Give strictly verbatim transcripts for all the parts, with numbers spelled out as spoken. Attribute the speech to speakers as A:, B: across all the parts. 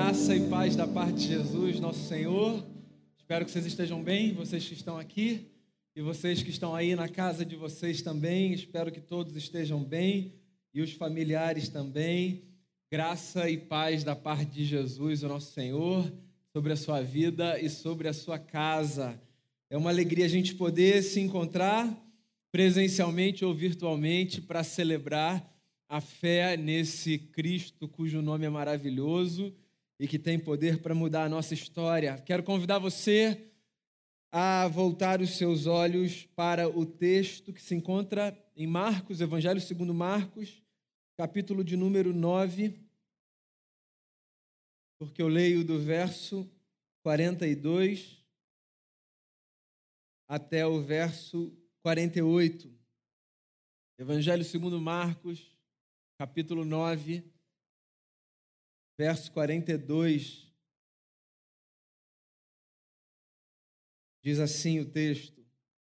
A: Graça e paz da parte de Jesus, nosso Senhor. Espero que vocês estejam bem, vocês que estão aqui e vocês que estão aí na casa de vocês também. Espero que todos estejam bem e os familiares também. Graça e paz da parte de Jesus, o nosso Senhor, sobre a sua vida e sobre a sua casa. É uma alegria a gente poder se encontrar presencialmente ou virtualmente para celebrar a fé nesse Cristo cujo nome é maravilhoso e que tem poder para mudar a nossa história. Quero convidar você a voltar os seus olhos para o texto que se encontra em Marcos, Evangelho segundo Marcos, capítulo de número nove, porque eu leio do verso quarenta e dois até o verso quarenta e oito. Evangelho segundo Marcos, capítulo nove, verso quarenta e dois, diz assim o texto: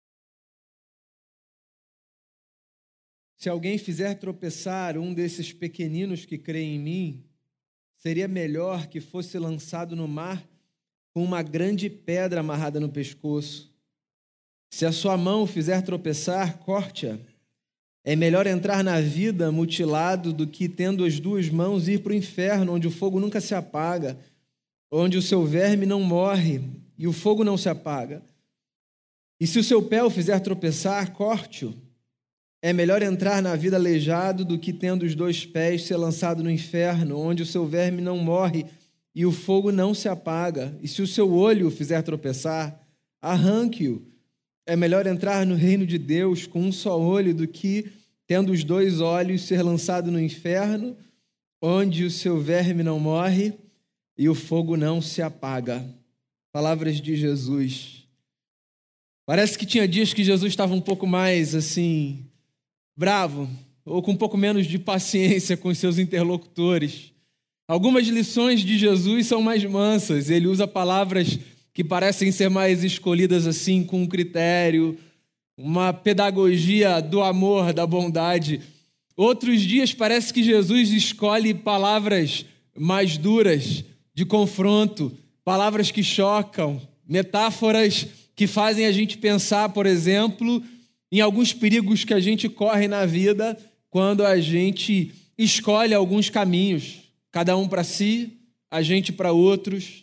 A: Se alguém fizer tropeçar um desses pequeninos que creem em mim, seria melhor que fosse lançado no mar com uma grande pedra amarrada no pescoço. Se a sua mão o fizer tropeçar, corte-a. É melhor entrar na vida mutilado do que, tendo as duas mãos, ir para o inferno, onde o fogo nunca se apaga, onde o seu verme não morre e o fogo não se apaga. E se o seu pé o fizer tropeçar, corte-o. É melhor entrar na vida aleijado do que, tendo os dois pés, ser lançado no inferno, onde o seu verme não morre e o fogo não se apaga. E se o seu olho o fizer tropeçar, arranque-o. É melhor entrar no reino de Deus com um só olho do que, tendo os dois olhos, ser lançado no inferno, onde o seu verme não morre e o fogo não se apaga. Palavras de Jesus. Parece que tinha dias que Jesus estava um pouco mais, assim, bravo, ou com um pouco menos de paciência com os seus interlocutores. Algumas lições de Jesus são mais mansas, ele usa palavras que parecem ser mais escolhidas assim, com um critério, uma pedagogia do amor, da bondade. Outros dias parece que Jesus escolhe palavras mais duras, de confronto, palavras que chocam, metáforas que fazem a gente pensar, por exemplo, em alguns perigos que a gente corre na vida quando a gente escolhe alguns caminhos, cada um para si, a gente para outros.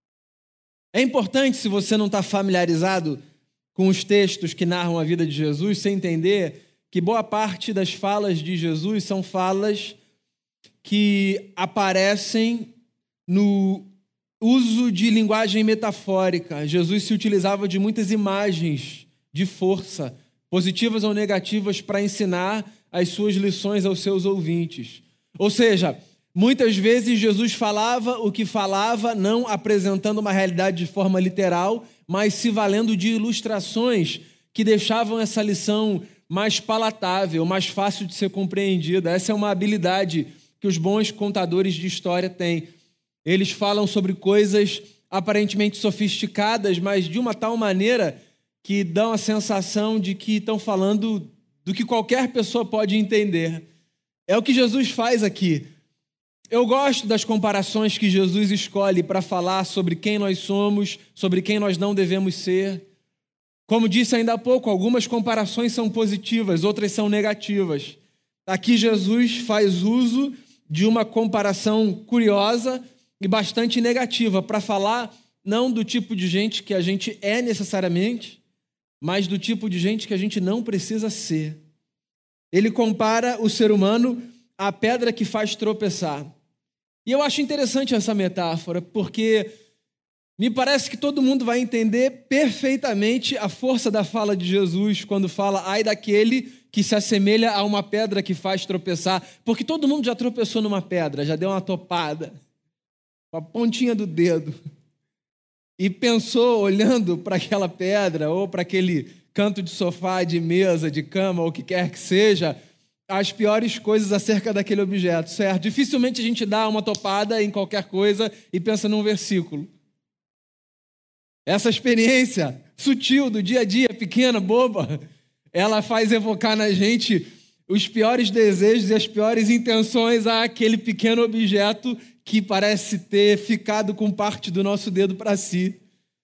A: É importante, se você não está familiarizado com os textos que narram a vida de Jesus, você entender que boa parte das falas de Jesus são falas que aparecem no uso de linguagem metafórica. Jesus se utilizava de muitas imagens de força, positivas ou negativas, para ensinar as suas lições aos seus ouvintes. Ou seja, muitas vezes Jesus falava o que falava, não apresentando uma realidade de forma literal, mas se valendo de ilustrações que deixavam essa lição mais palatável, mais fácil de ser compreendida. Essa é uma habilidade que os bons contadores de história têm. Eles falam sobre coisas aparentemente sofisticadas, mas de uma tal maneira que dão a sensação de que estão falando do que qualquer pessoa pode entender. É o que Jesus faz aqui. Eu gosto das comparações que Jesus escolhe para falar sobre quem nós somos, sobre quem nós não devemos ser. Como disse ainda há pouco, algumas comparações são positivas, outras são negativas. Aqui Jesus faz uso de uma comparação curiosa e bastante negativa para falar não do tipo de gente que a gente é necessariamente, mas do tipo de gente que a gente não precisa ser. Ele compara o ser humano à pedra que faz tropeçar. E eu acho interessante essa metáfora, porque me parece que todo mundo vai entender perfeitamente a força da fala de Jesus quando fala, ai daquele que se assemelha a uma pedra que faz tropeçar, porque todo mundo já tropeçou numa pedra, já deu uma topada com a pontinha do dedo e pensou, olhando para aquela pedra ou para aquele canto de sofá, de mesa, de cama, ou o que quer que seja, as piores coisas acerca daquele objeto, certo? Dificilmente a gente dá uma topada em qualquer coisa e pensa num versículo. Essa experiência sutil do dia a dia, pequena, boba, ela faz evocar na gente os piores desejos e as piores intenções àquele pequeno objeto que parece ter ficado com parte do nosso dedo para si.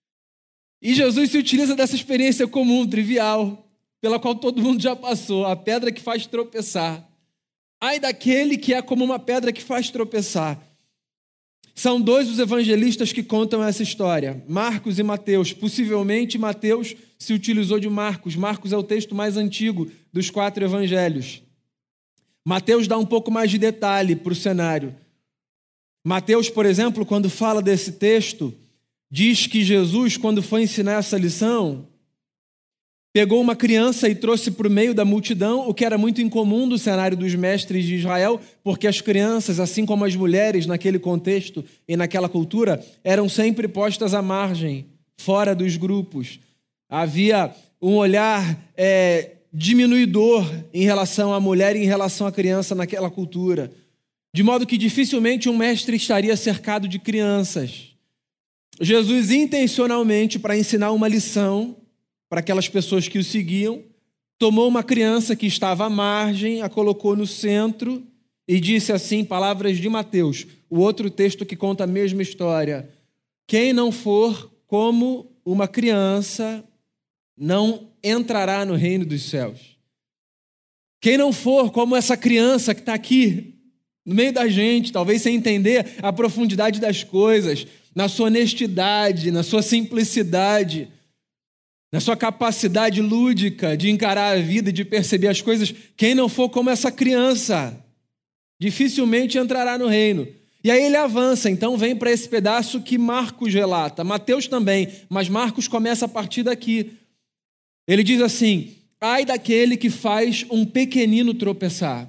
A: E Jesus se utiliza dessa experiência comum, trivial, pela qual todo mundo já passou, a pedra que faz tropeçar. Ai daquele que é como uma pedra que faz tropeçar. São dois os evangelistas que contam essa história, Marcos e Mateus. Possivelmente Mateus se utilizou de Marcos. Marcos é o texto mais antigo dos quatro evangelhos. Mateus dá um pouco mais de detalhe para o cenário. Mateus, por exemplo, quando fala desse texto, diz que Jesus, quando foi ensinar essa lição, pegou uma criança e trouxe para o meio da multidão, o que era muito incomum do cenário dos mestres de Israel, porque as crianças, assim como as mulheres naquele contexto e naquela cultura, eram sempre postas à margem, fora dos grupos. Havia um olhar é, diminuidor em relação à mulher e em relação à criança naquela cultura, de modo que dificilmente um mestre estaria cercado de crianças. Jesus, intencionalmente, para ensinar uma lição para aquelas pessoas que o seguiam, tomou uma criança que estava à margem, a colocou no centro e disse assim, palavras de Mateus, o outro texto que conta a mesma história: quem não for como uma criança não entrará no reino dos céus. Quem não for como essa criança que está aqui no meio da gente, talvez sem entender a profundidade das coisas, na sua honestidade, na sua simplicidade, na sua capacidade lúdica de encarar a vida e de perceber as coisas, quem não for como essa criança, dificilmente entrará no reino. E aí ele avança, então vem para esse pedaço que Marcos relata, Mateus também, mas Marcos começa a partir daqui. Ele diz assim: ai daquele que faz um pequenino tropeçar.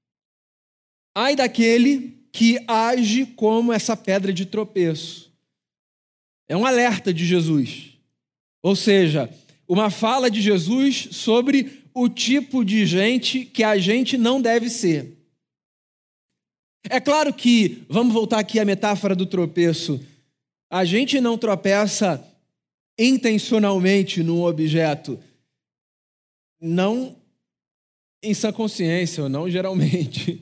A: Ai daquele que age como essa pedra de tropeço. É um alerta de Jesus. Ou seja, uma fala de Jesus sobre o tipo de gente que a gente não deve ser. É claro que, vamos voltar aqui à metáfora do tropeço, a gente não tropeça intencionalmente num objeto, não em sã consciência, ou não geralmente.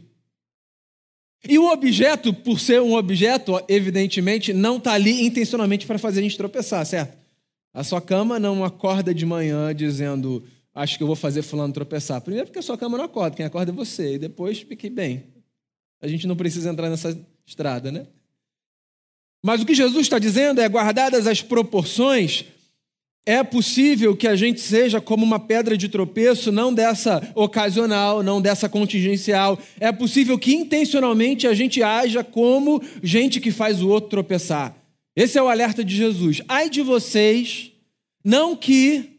A: E o objeto, por ser um objeto, evidentemente, não está ali intencionalmente para fazer a gente tropeçar, certo? A sua cama não acorda de manhã dizendo, acho que eu vou fazer fulano tropeçar. Primeiro porque a sua cama não acorda, quem acorda é você. E depois, fique bem. A gente não precisa entrar nessa estrada, né? Mas o que Jesus está dizendo é, guardadas as proporções, é possível que a gente seja como uma pedra de tropeço, não dessa ocasional, não dessa contingencial. É possível que intencionalmente a gente haja como gente que faz o outro tropeçar. Esse é o alerta de Jesus. Ai de vocês, não que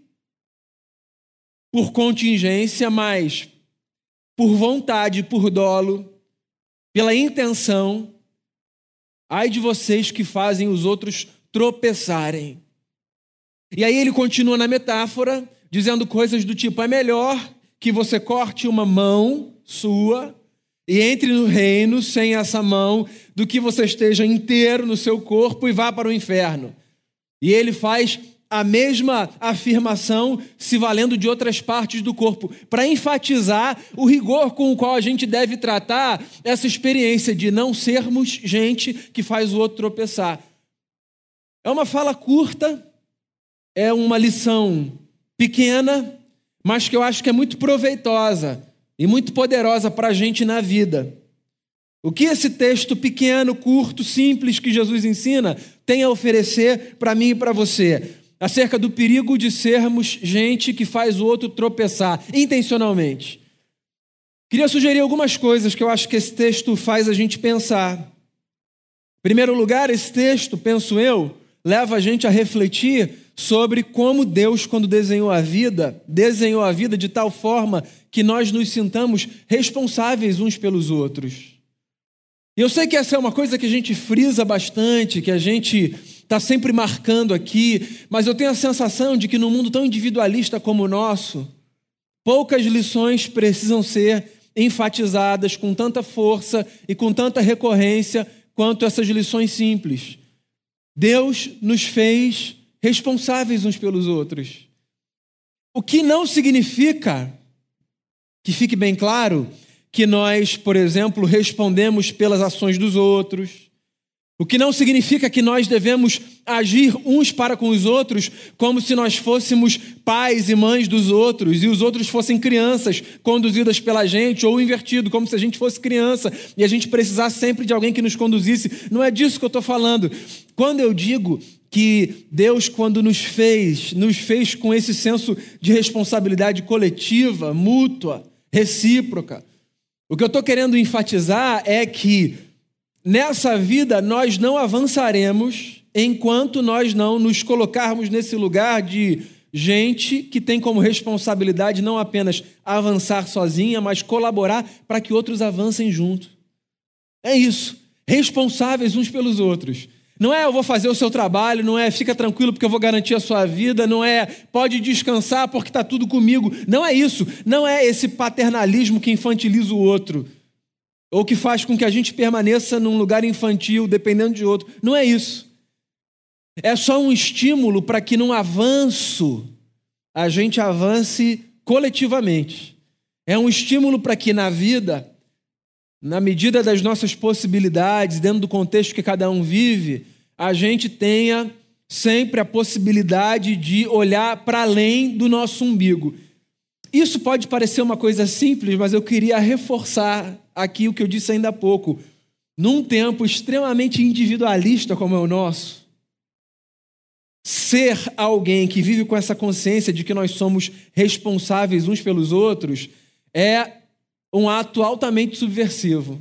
A: por contingência, mas por vontade, por dolo, pela intenção, ai de vocês que fazem os outros tropeçarem. E aí ele continua na metáfora, dizendo coisas do tipo, é melhor que você corte uma mão sua e entre no reino sem essa mão, do que você esteja inteiro no seu corpo e vá para o inferno. E ele faz a mesma afirmação se valendo de outras partes do corpo, para enfatizar o rigor com o qual a gente deve tratar essa experiência de não sermos gente que faz o outro tropeçar. É uma fala curta, é uma lição pequena, mas que eu acho que é muito proveitosa e muito poderosa para a gente na vida. O que esse texto pequeno, curto, simples que Jesus ensina tem a oferecer para mim e para você? Acerca do perigo de sermos gente que faz o outro tropeçar, intencionalmente. Queria sugerir algumas coisas que eu acho que esse texto faz a gente pensar. Em primeiro lugar, esse texto, penso eu, leva a gente a refletir sobre como Deus, quando desenhou a vida, desenhou a vida de tal forma que nós nos sintamos responsáveis uns pelos outros. E eu sei que essa é uma coisa que a gente frisa bastante, que a gente está sempre marcando aqui, mas eu tenho a sensação de que num mundo tão individualista como o nosso, poucas lições precisam ser enfatizadas com tanta força e com tanta recorrência quanto essas lições simples. Deus nos fez responsáveis uns pelos outros. O que não significa Que fique bem claro que nós, por exemplo, respondemos pelas ações dos outros, o que não significa que nós devemos agir uns para com os outros como se nós fôssemos pais e mães dos outros e os outros fossem crianças conduzidas pela gente, ou invertido, como se a gente fosse criança e a gente precisasse sempre de alguém que nos conduzisse. Não é disso que eu estou falando. Quando eu digo que Deus, quando nos fez, nos fez com esse senso de responsabilidade coletiva, mútua, recíproca, o que eu estou querendo enfatizar é que nessa vida nós não avançaremos enquanto nós não nos colocarmos nesse lugar de gente que tem como responsabilidade não apenas avançar sozinha, mas colaborar para que outros avancem junto. É isso, responsáveis uns pelos outros. Não é eu vou fazer o seu trabalho, não é fica tranquilo porque eu vou garantir a sua vida, não é pode descansar porque está tudo comigo. Não é isso, não é esse paternalismo que infantiliza o outro, ou que faz com que a gente permaneça num lugar infantil, dependendo de outro. Não é isso. É só um estímulo para que num avanço a gente avance coletivamente. É um estímulo para que na vida, na medida das nossas possibilidades, dentro do contexto que cada um vive, a gente tenha sempre a possibilidade de olhar para além do nosso umbigo. Isso pode parecer uma coisa simples, mas eu queria reforçar aqui o que eu disse ainda há pouco. Num tempo extremamente individualista como é o nosso, ser alguém que vive com essa consciência de que nós somos responsáveis uns pelos outros é um ato altamente subversivo.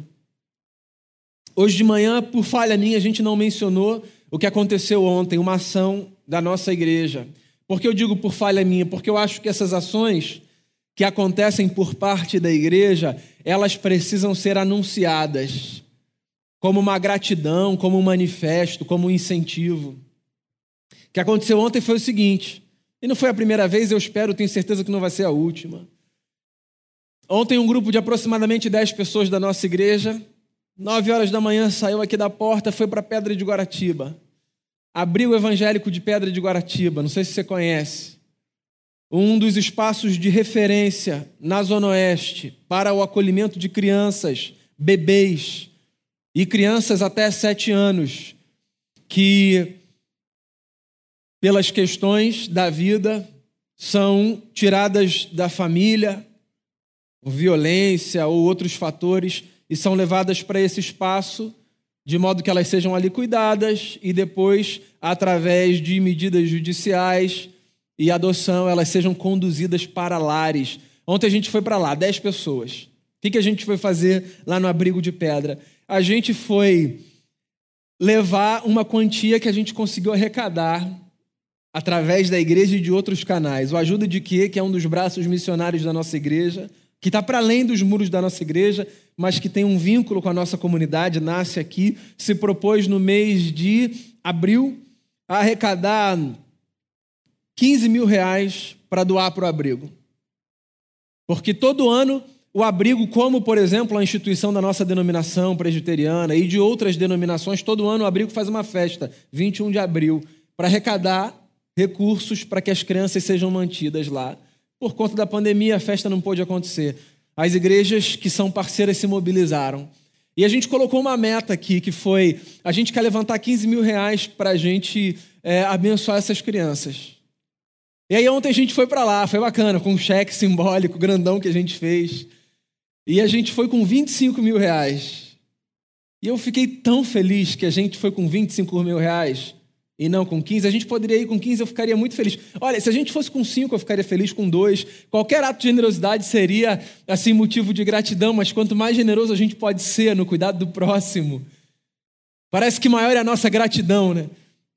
A: Hoje de manhã, por falha minha, a gente não mencionou o que aconteceu ontem, uma ação da nossa igreja. Por que eu digo por falha minha? Porque eu acho que essas ações que acontecem por parte da igreja, elas precisam ser anunciadas como uma gratidão, como um manifesto, como um incentivo. O que aconteceu ontem foi o seguinte, e não foi a primeira vez, eu espero, tenho certeza que não vai ser a última. Ontem um grupo de aproximadamente dez pessoas da nossa igreja, nove horas da manhã, saiu aqui da porta, foi para Pedra de Guaratiba. Abriu o evangélico de Pedra de Guaratiba, não sei se você conhece. Um dos espaços de referência na Zona Oeste para o acolhimento de crianças, bebês e crianças até sete anos, que pelas questões da vida são tiradas da família, violência ou outros fatores, e são levadas para esse espaço, de modo que elas sejam ali cuidadas e depois, através de medidas judiciais e adoção, elas sejam conduzidas para lares. Ontem a gente foi para lá, dez pessoas. O que a gente foi fazer lá no Abrigo de Pedra? A gente foi levar uma quantia que a gente conseguiu arrecadar através da igreja e de outros canais. O Ajuda de Quê, que é um dos braços missionários da nossa igreja, que está para além dos muros da nossa igreja, mas que tem um vínculo com a nossa comunidade, nasce aqui, se propôs no mês de abril a arrecadar quinze mil reais para doar para o abrigo. Porque todo ano o abrigo, como, por exemplo, a instituição da nossa denominação presbiteriana e de outras denominações, todo ano o abrigo faz uma festa, vinte e um de abril, para arrecadar recursos para que as crianças sejam mantidas lá. Por conta da pandemia, a festa não pôde acontecer. As igrejas que são parceiras se mobilizaram. E a gente colocou uma meta aqui, que foi, a gente quer levantar quinze mil reais para a gente é, abençoar essas crianças. E aí ontem a gente foi para lá, foi bacana, com um cheque simbólico, grandão que a gente fez. E a gente foi com vinte e cinco mil reais. E eu fiquei tão feliz que a gente foi com vinte e cinco mil reais e não com quinze. A gente poderia ir com quinze, eu ficaria muito feliz. Olha, se a gente fosse com cinco, eu ficaria feliz, com dois. Qualquer ato de generosidade seria, assim, motivo de gratidão, mas quanto mais generoso a gente pode ser no cuidado do próximo, parece que maior é a nossa gratidão, né?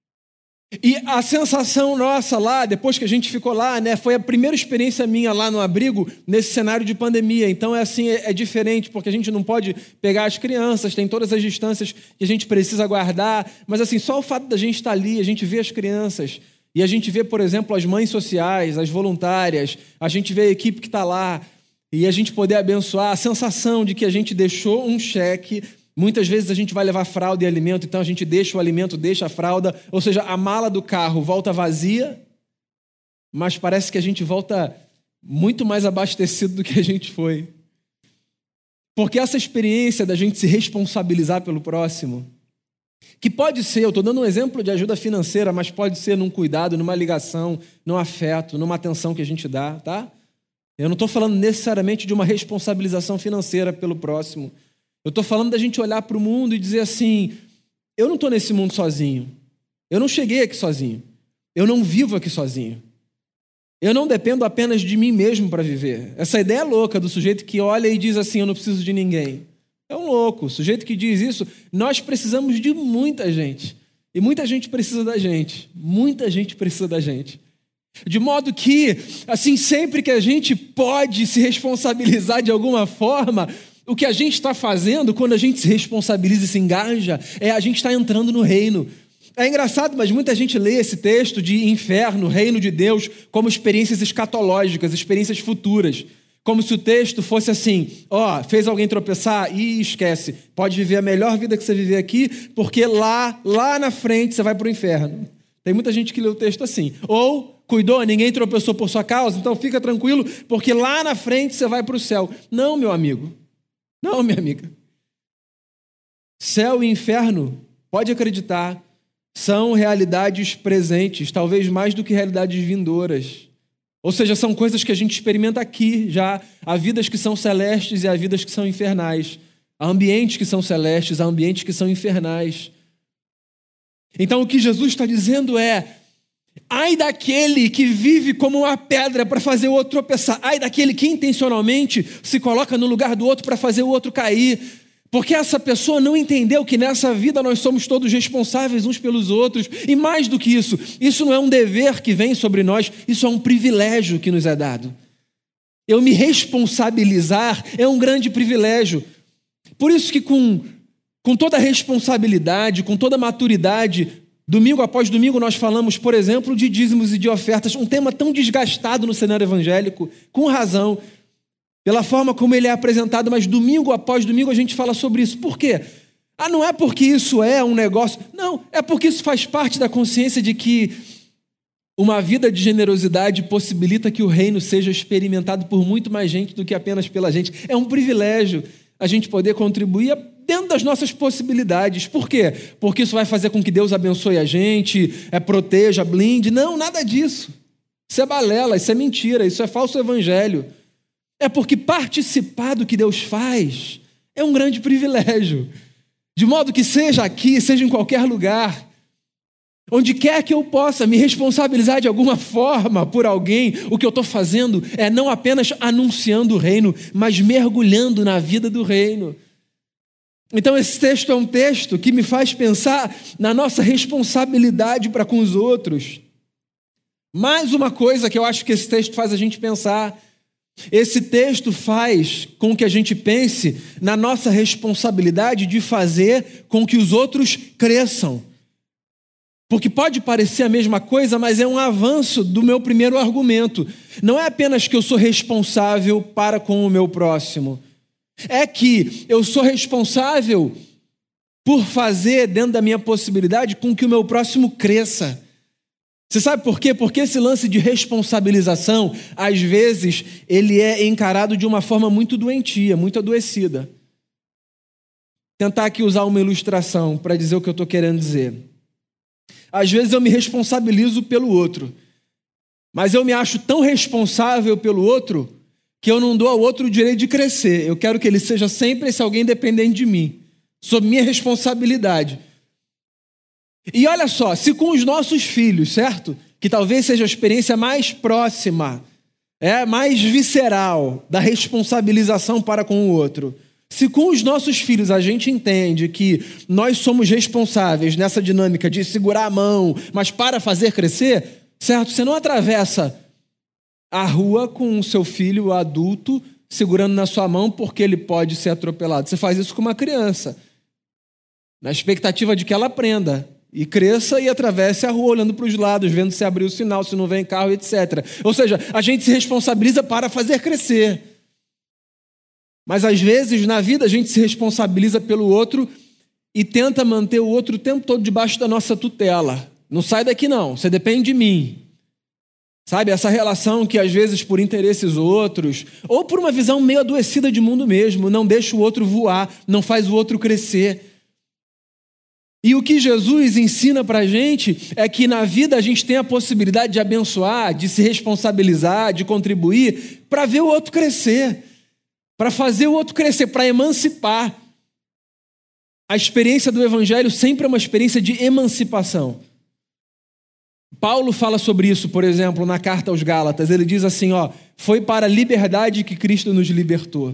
A: E a sensação nossa lá, depois que a gente ficou lá, né, foi a primeira experiência minha lá no abrigo, nesse cenário de pandemia. Então, é assim, é, é diferente, porque a gente não pode pegar as crianças, tem todas as distâncias que a gente precisa guardar, mas assim, só o fato da gente estar ali, a gente vê as crianças, e a gente vê, por exemplo, as mães sociais, as voluntárias, a gente vê a equipe que está lá, e a gente poder abençoar, a sensação de que a gente deixou um cheque. Muitas vezes a gente vai levar fralda e alimento, então a gente deixa o alimento, deixa a fralda, ou seja, a mala do carro volta vazia, mas parece que a gente volta muito mais abastecido do que a gente foi. Porque essa experiência da gente se responsabilizar pelo próximo, que pode ser, eu estou dando um exemplo de ajuda financeira, mas pode ser num cuidado, numa ligação, num afeto, numa atenção que a gente dá, tá? Eu não estou falando necessariamente de uma responsabilização financeira pelo próximo. Eu estou falando da gente olhar para o mundo e dizer assim, eu não estou nesse mundo sozinho. Eu não cheguei aqui sozinho. Eu não vivo aqui sozinho. Eu não dependo apenas de mim mesmo para viver. Essa ideia louca do sujeito que olha e diz assim, eu não preciso de ninguém. É um louco. O sujeito que diz isso, nós precisamos de muita gente. E muita gente precisa da gente. Muita gente precisa da gente. De modo que, assim, sempre que a gente pode se responsabilizar de alguma forma, o que a gente está fazendo quando a gente se responsabiliza e se engaja, é a gente está entrando no reino. É engraçado, mas muita gente lê esse texto de inferno, reino de Deus, como experiências escatológicas, experiências futuras. Como se o texto fosse assim, ó, fez alguém tropeçar? Ih, esquece. Pode viver a melhor vida que você viver aqui, porque lá, lá na frente você vai para o inferno. Tem muita gente que lê o texto assim. Ou, cuidou, ninguém tropeçou por sua causa, então fica tranquilo, porque lá na frente você vai para o céu. Não, meu amigo. Não, minha amiga. Céu e inferno, pode acreditar, são realidades presentes, talvez mais do que realidades vindouras. Ou seja, são coisas que a gente experimenta aqui já. Há vidas que são celestes e há vidas que são infernais. Há ambientes que são celestes, há ambientes que são infernais. Então o que Jesus está dizendo é, ai daquele que vive como uma pedra para fazer o outro tropeçar. Ai daquele que intencionalmente se coloca no lugar do outro para fazer o outro cair. Porque essa pessoa não entendeu que nessa vida nós somos todos responsáveis uns pelos outros. E mais do que isso, isso não é um dever que vem sobre nós, isso é um privilégio que nos é dado. Eu me responsabilizar é um grande privilégio. Por isso que com, com toda a responsabilidade, com toda a maturidade, domingo após domingo nós falamos, por exemplo, de dízimos e de ofertas, um tema tão desgastado no cenário evangélico, com razão, pela forma como ele é apresentado, mas domingo após domingo a gente fala sobre isso. Por quê? Ah, não é porque isso é um negócio. Não, é porque isso faz parte da consciência de que uma vida de generosidade possibilita que o reino seja experimentado por muito mais gente do que apenas pela gente. É um privilégio a gente poder contribuir dentro das nossas possibilidades. Por quê? Porque isso vai fazer com que Deus abençoe a gente, é, proteja, blinde. Não, nada disso. Isso é balela, isso é mentira, isso é falso evangelho. É porque participar do que Deus faz é um grande privilégio. De modo que seja aqui, seja em qualquer lugar, onde quer que eu possa me responsabilizar de alguma forma por alguém, o que eu estou fazendo é não apenas anunciando o reino, mas mergulhando na vida do reino. Então esse texto é um texto que me faz pensar na nossa responsabilidade para com os outros. Mais uma coisa que eu acho que esse texto faz a gente pensar. Esse texto faz com que a gente pense na nossa responsabilidade de fazer com que os outros cresçam. Porque pode parecer a mesma coisa, mas é um avanço do meu primeiro argumento. Não é apenas que eu sou responsável para com o meu próximo. É que eu sou responsável por fazer, dentro da minha possibilidade, com que o meu próximo cresça. Você sabe por quê? Porque esse lance de responsabilização, às vezes, ele é encarado de uma forma muito doentia, muito adoecida. Tentar aqui usar uma ilustração para dizer o que eu estou querendo dizer. Às vezes eu me responsabilizo pelo outro, mas eu me acho tão responsável pelo outro que eu não dou ao outro o direito de crescer. Eu quero que ele seja sempre esse alguém dependente de mim, sob minha responsabilidade. E olha só, se com os nossos filhos, certo? Que talvez seja a experiência mais próxima, é, mais visceral da responsabilização para com o outro. Se com os nossos filhos a gente entende que nós somos responsáveis nessa dinâmica de segurar a mão, mas para fazer crescer, certo? Você não atravessa a rua com o seu filho adulto segurando na sua mão porque ele pode ser atropelado. Você faz isso com uma criança, na expectativa de que ela aprenda e cresça e atravesse a rua olhando para os lados, vendo se abrir o sinal, se não vem carro, etcétera. Ou seja, a gente se responsabiliza para fazer crescer. Mas às vezes na vida a gente se responsabiliza pelo outro e tenta manter o outro o tempo todo debaixo da nossa tutela. Não sai daqui não, você depende de mim. Sabe, essa relação que às vezes por interesses outros, ou por uma visão meio adoecida de mundo mesmo, não deixa o outro voar, não faz o outro crescer. E o que Jesus ensina para a gente é que na vida a gente tem a possibilidade de abençoar, de se responsabilizar, de contribuir, para ver o outro crescer, para fazer o outro crescer, para emancipar. A experiência do Evangelho sempre é uma experiência de emancipação. Paulo fala sobre isso, por exemplo, na carta aos Gálatas. Ele diz assim, ó, foi para a liberdade que Cristo nos libertou.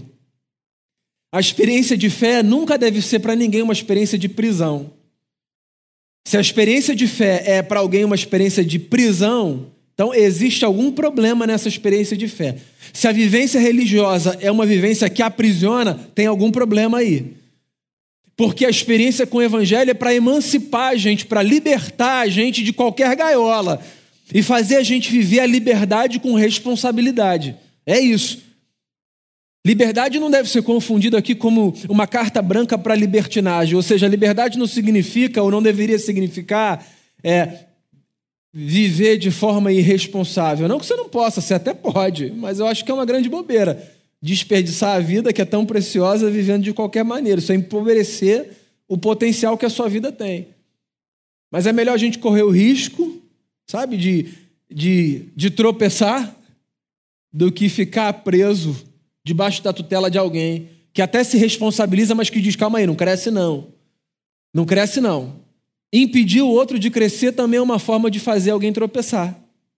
A: A experiência de fé nunca deve ser para ninguém uma experiência de prisão. Se a experiência de fé é para alguém uma experiência de prisão, então existe algum problema nessa experiência de fé. Se a vivência religiosa é uma vivência que aprisiona, tem algum problema aí. Porque a experiência com o Evangelho é para emancipar a gente, para libertar a gente de qualquer gaiola e fazer a gente viver a liberdade com responsabilidade. É isso. Liberdade não deve ser confundida aqui como uma carta branca para libertinagem, ou seja, liberdade não significa ou não deveria significar é, viver de forma irresponsável. Não que você não possa, você até pode, mas eu acho que é uma grande bobeira. Desperdiçar a vida que é tão preciosa vivendo de qualquer maneira. Isso é empobrecer o potencial que a sua vida tem. Mas é melhor a gente correr o risco, sabe, de, de, de tropeçar do que ficar preso debaixo da tutela de alguém que até se responsabiliza, mas que diz, calma aí, não cresce não. Não cresce não. Impedir o outro de crescer também é uma forma de fazer alguém tropeçar.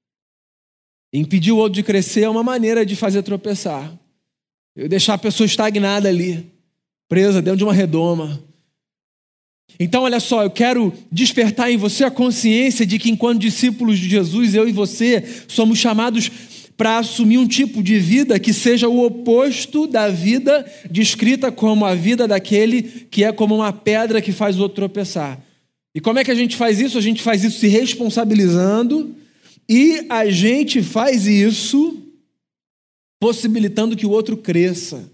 A: Impedir o outro de crescer é uma maneira de fazer tropeçar. Eu deixar a pessoa estagnada ali, presa dentro de uma redoma. Então, olha só, eu quero despertar em você a consciência de que, enquanto discípulos de Jesus, eu e você somos chamados para assumir um tipo de vida que seja o oposto da vida descrita como a vida daquele que é como uma pedra que faz o outro tropeçar. E como é que a gente faz isso? A gente faz isso se responsabilizando e a gente faz isso possibilitando que o outro cresça.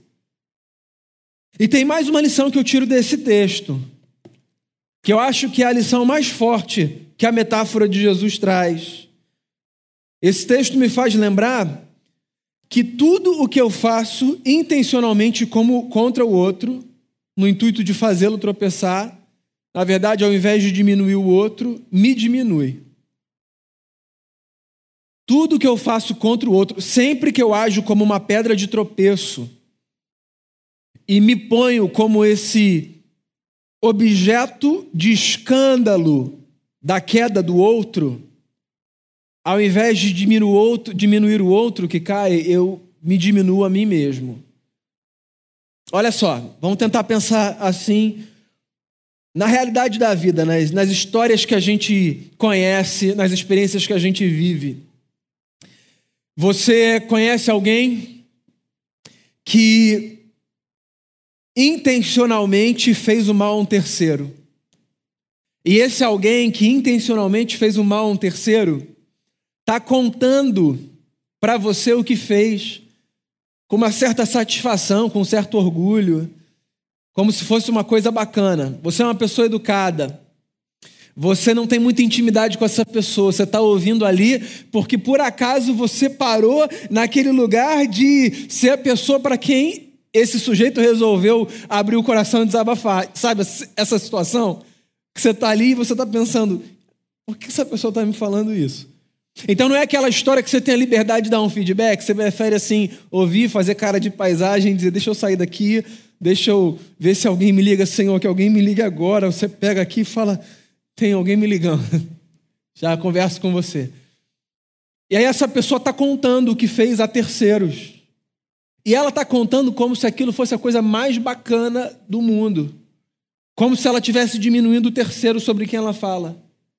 A: E tem mais uma lição que eu tiro desse texto, que eu acho que é a lição mais forte que a metáfora de Jesus traz. Esse texto me faz lembrar que tudo o que eu faço intencionalmente como contra o outro, no intuito de fazê-lo tropeçar, na verdade, ao invés de diminuir o outro, me diminui. Tudo que eu faço contra o outro, sempre que eu ajo como uma pedra de tropeço e me ponho como esse objeto de escândalo da queda do outro, ao invés de diminuir o outro, diminuir o outro que cai, eu me diminuo a mim mesmo. Olha só, vamos tentar pensar assim na realidade da vida, nas, nas histórias que a gente conhece, nas experiências que a gente vive. Você conhece alguém que intencionalmente fez o mal a um terceiro? E esse alguém que intencionalmente fez o mal a um terceiro está contando para você o que fez com uma certa satisfação, com um certo orgulho, como se fosse uma coisa bacana. Você é uma pessoa educada. Você não tem muita intimidade com essa pessoa, você está ouvindo ali porque por acaso você parou naquele lugar de ser a pessoa para quem esse sujeito resolveu abrir o coração e desabafar. Sabe essa situação? Que você está ali e você está pensando, por que essa pessoa está me falando isso? Então não é aquela história que você tem a liberdade de dar um feedback, você prefere assim, ouvir, fazer cara de paisagem, dizer, deixa eu sair daqui, deixa eu ver se alguém me liga, Senhor, que alguém me ligue agora. Você pega aqui e fala, tem alguém me ligando, já converso com você. E aí essa pessoa está contando o que fez a terceiros. E ela está contando como se aquilo fosse a coisa mais bacana do mundo. Como se ela estivesse diminuindo o terceiro sobre quem ela fala.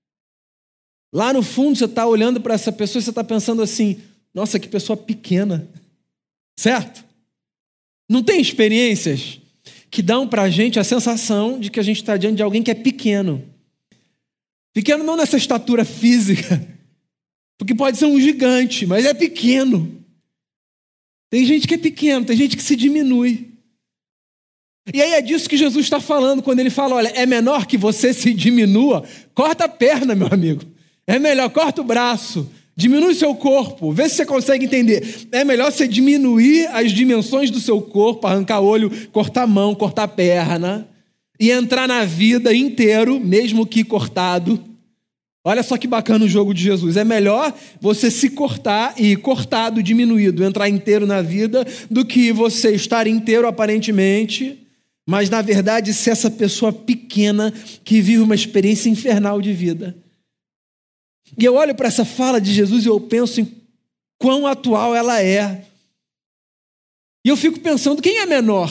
A: Lá no fundo você está olhando para essa pessoa e você está pensando assim, nossa, que pessoa pequena. Certo? Não tem experiências que dão para a gente a sensação de que a gente está diante de alguém que é pequeno. Pequeno não nessa estatura física, porque pode ser um gigante, mas é pequeno. Tem gente que é pequeno, tem gente que se diminui. E aí é disso que Jesus está falando, quando ele fala, olha, é menor que você se diminua, corta a perna, meu amigo. É melhor, corta o braço, Diminui seu corpo, vê se você consegue entender. É melhor você diminuir as dimensões do seu corpo, arrancar olho, cortar mão, cortar perna, e entrar na vida inteiro, mesmo que cortado. Olha só que bacana o jogo de Jesus. É melhor você se cortar e ir cortado, diminuído, entrar inteiro na vida, do que você estar inteiro aparentemente, mas na verdade ser essa pessoa pequena que vive uma experiência infernal de vida. E eu olho para essa fala de Jesus e eu penso em quão atual ela é. E eu fico pensando, quem é menor?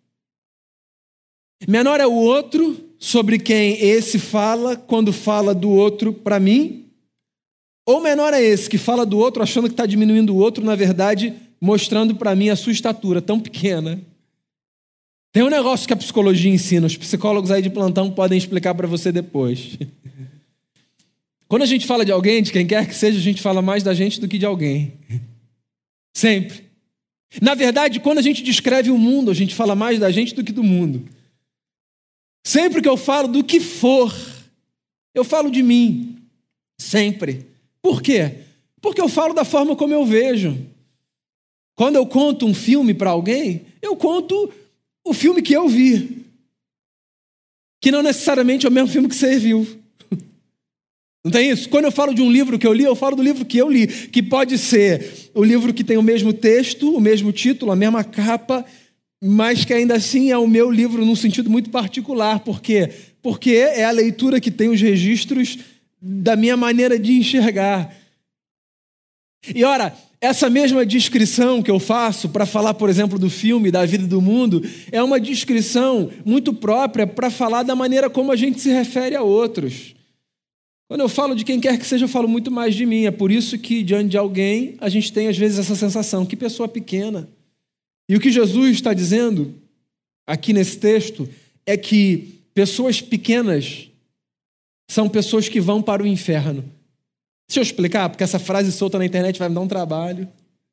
A: Menor é o outro sobre quem esse fala quando fala do outro para mim? Ou menor é esse que fala do outro achando que está diminuindo o outro, na verdade, mostrando para mim a sua estatura tão pequena? Tem um negócio que a psicologia ensina, os psicólogos aí de plantão podem explicar para você depois. Quando a gente fala de alguém, de quem quer que seja, a gente fala mais da gente do que de alguém. Sempre. Na verdade, quando a gente descreve o mundo, a gente fala mais da gente do que do mundo. Sempre que eu falo do que for, eu falo de mim. Sempre. Por quê? Porque eu falo da forma como eu vejo. Quando eu conto um filme para alguém, eu conto o filme que eu vi. Que não necessariamente é o mesmo filme que você viu. Não tem isso? Quando eu falo de um livro que eu li, eu falo do livro que eu li, que pode ser o livro que tem o mesmo texto, o mesmo título, a mesma capa, mas que ainda assim é o meu livro num sentido muito particular. Por quê? Porque é a leitura que tem os registros da minha maneira de enxergar. E ora, essa mesma descrição que eu faço para falar, por exemplo, do filme, da vida e do mundo, é uma descrição muito própria para falar da maneira como a gente se refere a outros. Quando eu falo de quem quer que seja, eu falo muito mais de mim. É por isso que, diante de alguém, a gente tem, às vezes, essa sensação. Que pessoa pequena. E o que Jesus está dizendo, aqui nesse texto, é que pessoas pequenas são pessoas que vão para o inferno. Deixa eu explicar, porque essa frase solta na internet vai me dar um trabalho.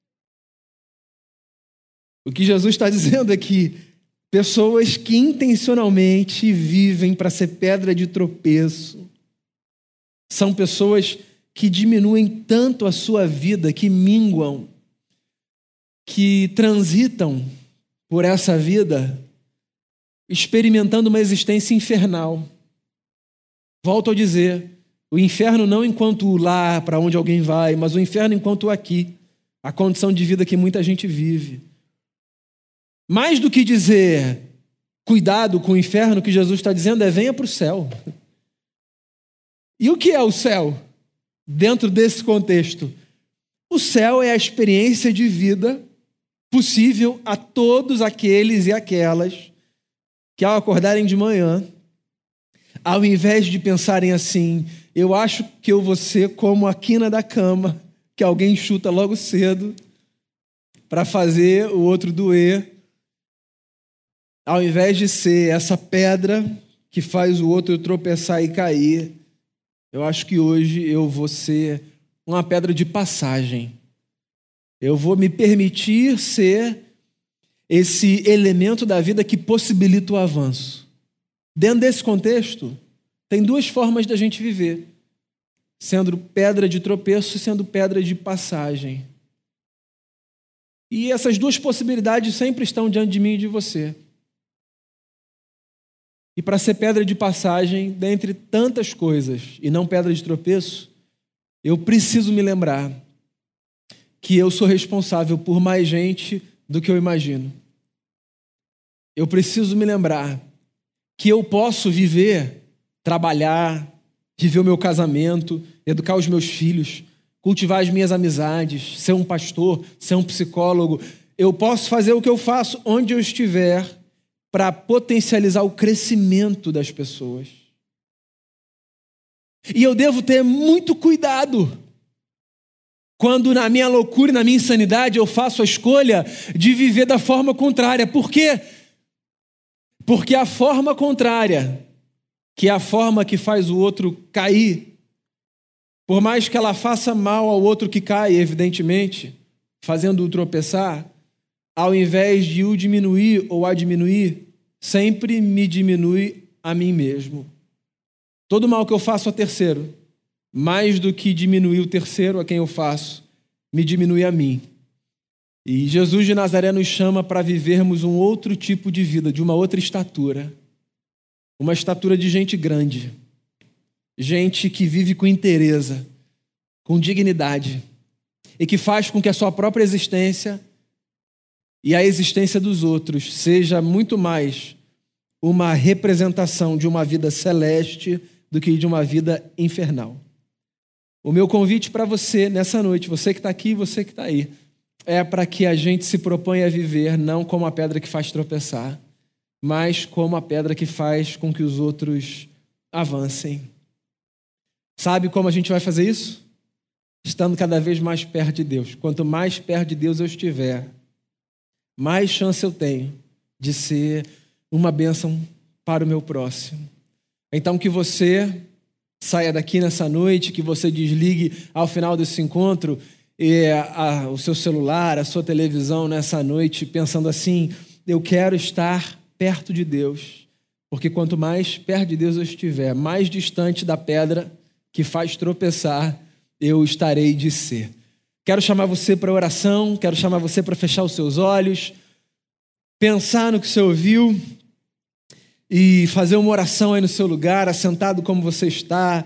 A: O que Jesus está dizendo é que pessoas que intencionalmente vivem para ser pedra de tropeço, são pessoas que diminuem tanto a sua vida, que minguam, que transitam por essa vida, experimentando uma existência infernal. Volto a dizer, o inferno não enquanto o lar para onde alguém vai, mas o inferno enquanto o aqui, a condição de vida que muita gente vive. Mais do que dizer, cuidado com o inferno, o que Jesus está dizendo é, venha para o céu. E o que é o céu? Dentro desse contexto, o céu é a experiência de vida possível a todos aqueles e aquelas que, ao acordarem de manhã, ao invés de pensarem assim, eu acho que eu vou ser como a quina da cama, que alguém chuta logo cedo para fazer o outro doer, ao invés de ser essa pedra que faz o outro tropeçar e cair, eu acho que hoje eu vou ser uma pedra de passagem. Eu vou me permitir ser esse elemento da vida que possibilita o avanço. Dentro desse contexto, tem duas formas da gente viver. Sendo pedra de tropeço e sendo pedra de passagem. E essas duas possibilidades sempre estão diante de mim e de você. E para ser pedra de passagem, dentre tantas coisas, e não pedra de tropeço, eu preciso me lembrar que eu sou responsável por mais gente do que eu imagino. Eu preciso me lembrar que eu posso viver, trabalhar, viver o meu casamento, educar os meus filhos, cultivar as minhas amizades, ser um pastor, ser um psicólogo. Eu posso fazer o que eu faço onde eu estiver, para potencializar o crescimento das pessoas. E eu devo ter muito cuidado quando na minha loucura e na minha insanidade eu faço a escolha de viver da forma contrária. Por quê? Porque a forma contrária, que é a forma que faz o outro cair, por mais que ela faça mal ao outro que cai, evidentemente, fazendo-o tropeçar, ao invés de o diminuir ou a diminuir, sempre me diminui a mim mesmo. Todo mal que eu faço a terceiro mais do que diminuir o terceiro a quem eu faço, me diminui a mim. E Jesus de Nazaré nos chama para vivermos um outro tipo de vida, de uma outra estatura. Uma estatura de gente grande. Gente que vive com inteireza, com dignidade. E que faz com que a sua própria existência e a existência dos outros seja muito mais uma representação de uma vida celeste do que de uma vida infernal. O meu convite para você nessa noite, você que está aqui e você que está aí, é para que a gente se proponha a viver não como a pedra que faz tropeçar, mas como a pedra que faz com que os outros avancem. Sabe como a gente vai fazer isso? Estando cada vez mais perto de Deus. Quanto mais perto de Deus eu estiver, mais chance eu tenho de ser uma bênção para o meu próximo. Então que você saia daqui nessa noite, que você desligue ao final desse encontro e a, a, o seu celular, a sua televisão nessa noite, pensando assim, eu quero estar perto de Deus, porque quanto mais perto de Deus eu estiver, mais distante da pedra que faz tropeçar, eu estarei de ser. Quero chamar você para oração, quero chamar você para fechar os seus olhos, pensar no que você ouviu e fazer uma oração aí no seu lugar, assentado como você está.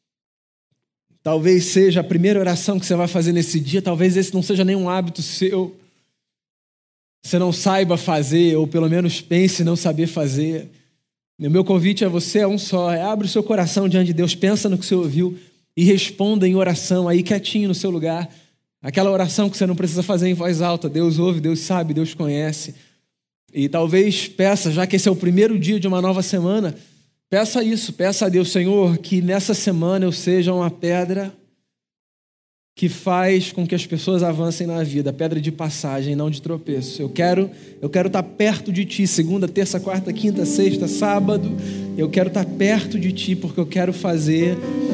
A: Talvez seja a primeira oração que você vai fazer nesse dia, talvez esse não seja nenhum hábito seu. Você não saiba fazer, ou pelo menos pense em não saber fazer. O meu convite a você é um só, é abre o seu coração diante de Deus, pensa no que você ouviu e responda em oração aí quietinho no seu lugar. Aquela oração que você não precisa fazer em voz alta, Deus ouve, Deus sabe, Deus conhece. E talvez peça, já que esse é o primeiro dia de uma nova semana, peça isso, peça a Deus, Senhor, que nessa semana eu seja uma pedra que faz com que as pessoas avancem na vida, pedra de passagem, não de tropeço. Eu quero, eu quero estar perto de Ti, segunda, terça, quarta, quinta, sexta, sábado, eu quero estar perto de Ti, porque eu quero fazer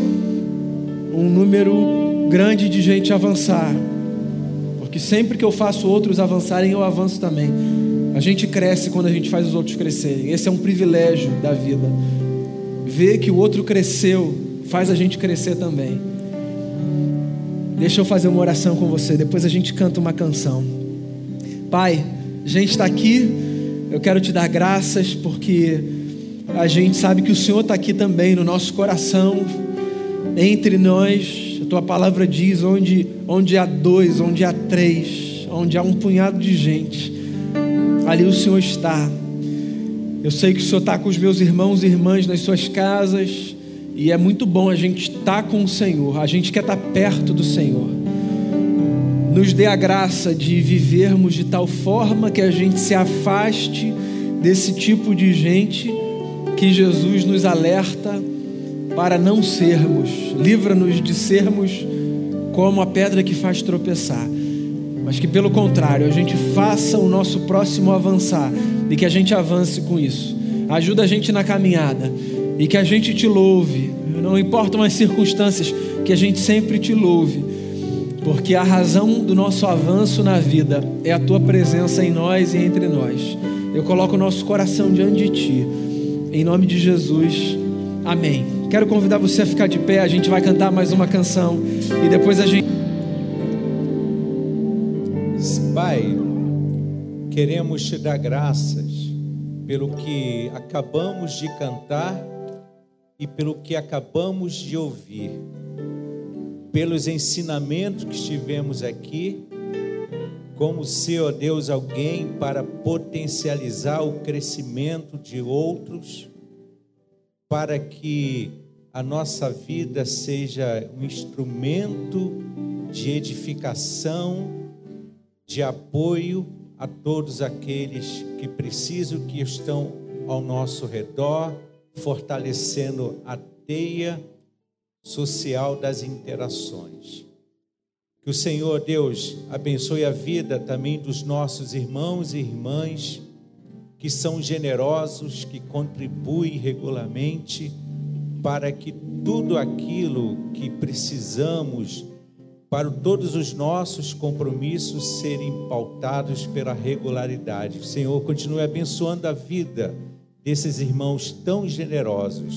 A: um número grande de gente avançar, porque sempre que eu faço outros avançarem, eu avanço também. A gente cresce quando a gente faz os outros crescerem. Esse é um privilégio da vida. Ver que o outro cresceu faz a gente crescer também. Deixa eu fazer uma oração com você, depois a gente canta uma canção. Pai, a gente está aqui, eu quero te dar graças porque a gente sabe que o Senhor está aqui também no nosso coração, entre nós. A tua palavra diz, onde, onde há dois, onde há três, onde há um punhado de gente, ali o Senhor está. Eu sei que o Senhor está com os meus irmãos e irmãs nas suas casas, e é muito bom a gente estar com o Senhor, a gente quer estar perto do Senhor. Nos dê a graça de vivermos de tal forma que a gente se afaste desse tipo de gente que Jesus nos alerta para não sermos. Livra-nos de sermos como a pedra que faz tropeçar, mas que pelo contrário a gente faça o nosso próximo avançar e que a gente avance com isso. Ajuda a gente na caminhada e que a gente te louve, não importam as circunstâncias, que a gente sempre te louve, porque a razão do nosso avanço na vida é a tua presença em nós e entre nós. Eu coloco o nosso coração diante de ti, em nome de Jesus, amém. Quero convidar você a ficar de pé, a gente vai cantar mais uma canção e depois a gente...
B: Pai, queremos te dar graças pelo que acabamos de cantar e pelo que acabamos de ouvir, pelos ensinamentos que estivemos aqui, como ser, ó Deus, alguém para potencializar o crescimento de outros, para que a nossa vida seja um instrumento de edificação, de apoio a todos aqueles que precisam, que estão ao nosso redor, fortalecendo a teia social das interações. Que o Senhor Deus abençoe a vida também dos nossos irmãos e irmãs que são generosos, que contribuem regularmente para que tudo aquilo que precisamos para todos os nossos compromissos serem pautados pela regularidade. O Senhor continue abençoando a vida desses irmãos tão generosos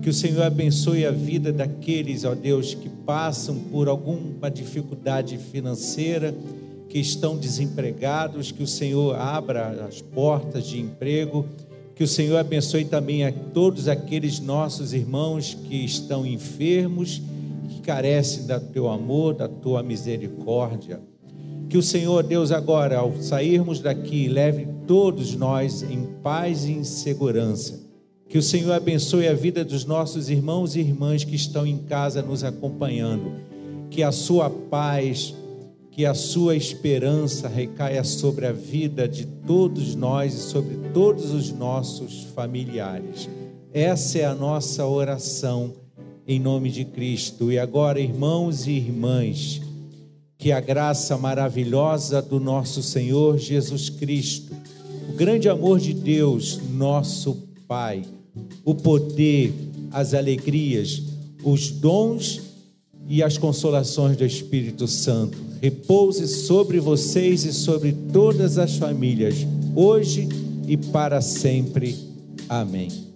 B: Que o Senhor abençoe a vida daqueles, ó Deus, que passam por alguma dificuldade financeira, que estão desempregados, que o Senhor abra as portas de emprego. Que o Senhor abençoe também a todos aqueles nossos irmãos que estão enfermos, que carecem do teu amor, da tua misericórdia. Que o Senhor, Deus, agora, ao sairmos daqui, leve todos nós em paz e em segurança. Que o Senhor abençoe a vida dos nossos irmãos e irmãs que estão em casa nos acompanhando. Que a sua paz, que a sua esperança recaia sobre a vida de todos nós e sobre todos os nossos familiares. Essa é a nossa oração em nome de Cristo. E agora, irmãos e irmãs, que a graça maravilhosa do nosso Senhor Jesus Cristo, o grande amor de Deus, nosso Pai, o poder, as alegrias, os dons e as consolações do Espírito Santo repouse sobre vocês e sobre todas as famílias, hoje e para sempre. Amém.